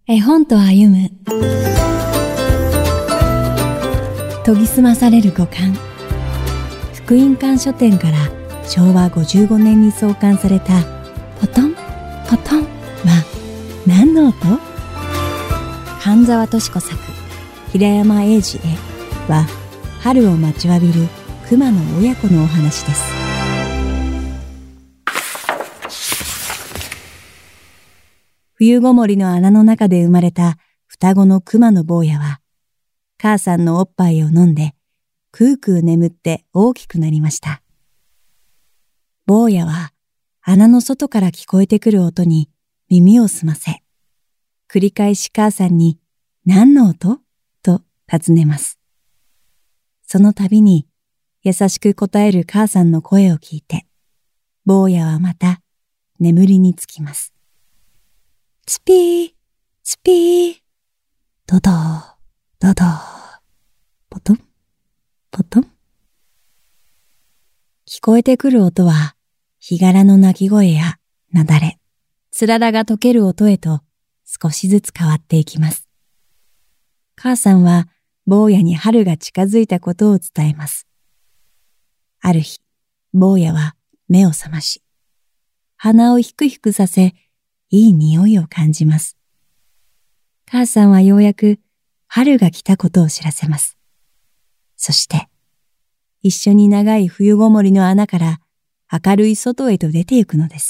絵本と歩む。研ぎ澄まされる五感。福音館書店から昭和55年に創刊されたポトンポトンは何の音？半沢敏子作、平山英二絵は春を待ちわびる熊の親子のお話です。冬ごもりの穴の中で生まれた双子の熊の坊やは、母さんのおっぱいを飲んで、くうくう眠って大きくなりました。坊やは穴の外から聞こえてくる音に耳を澄ませ、繰り返し母さんに何の音？と尋ねます。その度に優しく答える母さんの声を聞いて、坊やはまた眠りにつきます。ツピー、ツピー、ドドー、ドドー、ポトン、ポトン。聞こえてくる音は、日柄の鳴き声やなだれ、つららが溶ける音へと少しずつ変わっていきます。母さんは坊やに春が近づいたことを伝えます。ある日、坊やは目を覚まし、鼻をひくひくさせ、いい匂いを感じます。母さんはようやく春が来たことを知らせます。そして、一緒に長い冬ごもりの穴から明るい外へと出て行くのです。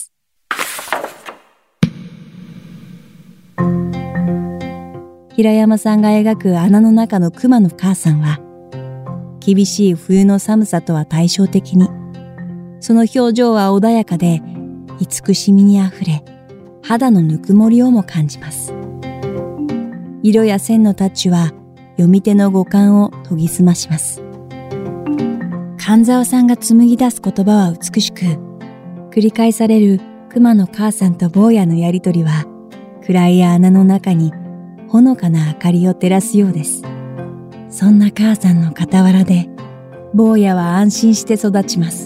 平山さんが描く穴の中の熊の母さんは、厳しい冬の寒さとは対照的に、その表情は穏やかで、慈しみにあふれ、肌のぬくもりをも感じます。色や線のタッチは読み手の五感を研ぎ澄まします。神沢さんが紡ぎ出す言葉は美しく、繰り返される熊の母さんと坊やのやりとりは、暗い穴の中にほのかな明かりを照らすようです。そんな母さんの傍らで、坊やは安心して育ちます。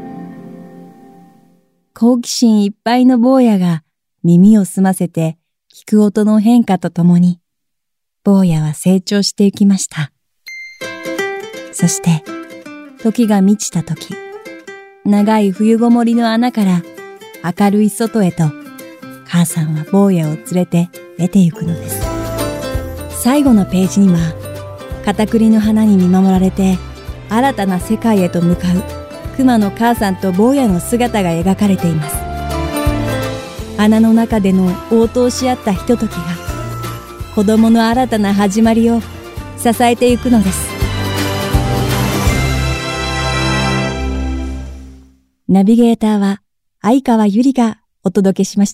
好奇心いっぱいの坊やが、耳を澄ませて聞く音の変化とともに、坊やは成長していきました。そして、時が満ちた時、長い冬ごもりの穴から明るい外へと、母さんは坊やを連れて出て行くのです。最後のページには、片栗の花に見守られて、新たな世界へと向かう熊の母さんと坊やの姿が描かれています。穴の中での応答し合ったひとときが、子供の新たな始まりを支えていくのです。ナビゲーターは相川ゆりがお届けしました。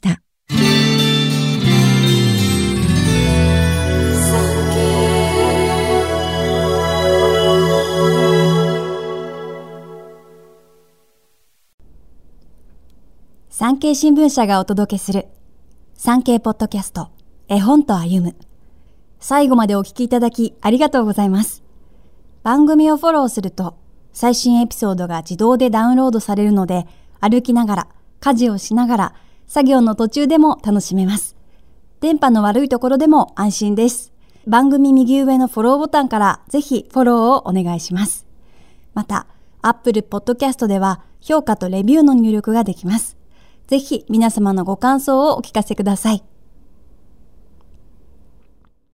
産経新聞社がお届けする産経ポッドキャスト絵本と歩む。最後までお聞きいただきありがとうございます。番組をフォローすると最新エピソードが自動でダウンロードされるので、歩きながら、家事をしながら、作業の途中でも楽しめます。電波の悪いところでも安心です。番組右上のフォローボタンからぜひフォローをお願いします。また、Apple Podcast では評価とレビューの入力ができます。ぜひ皆様のご感想をお聞かせください。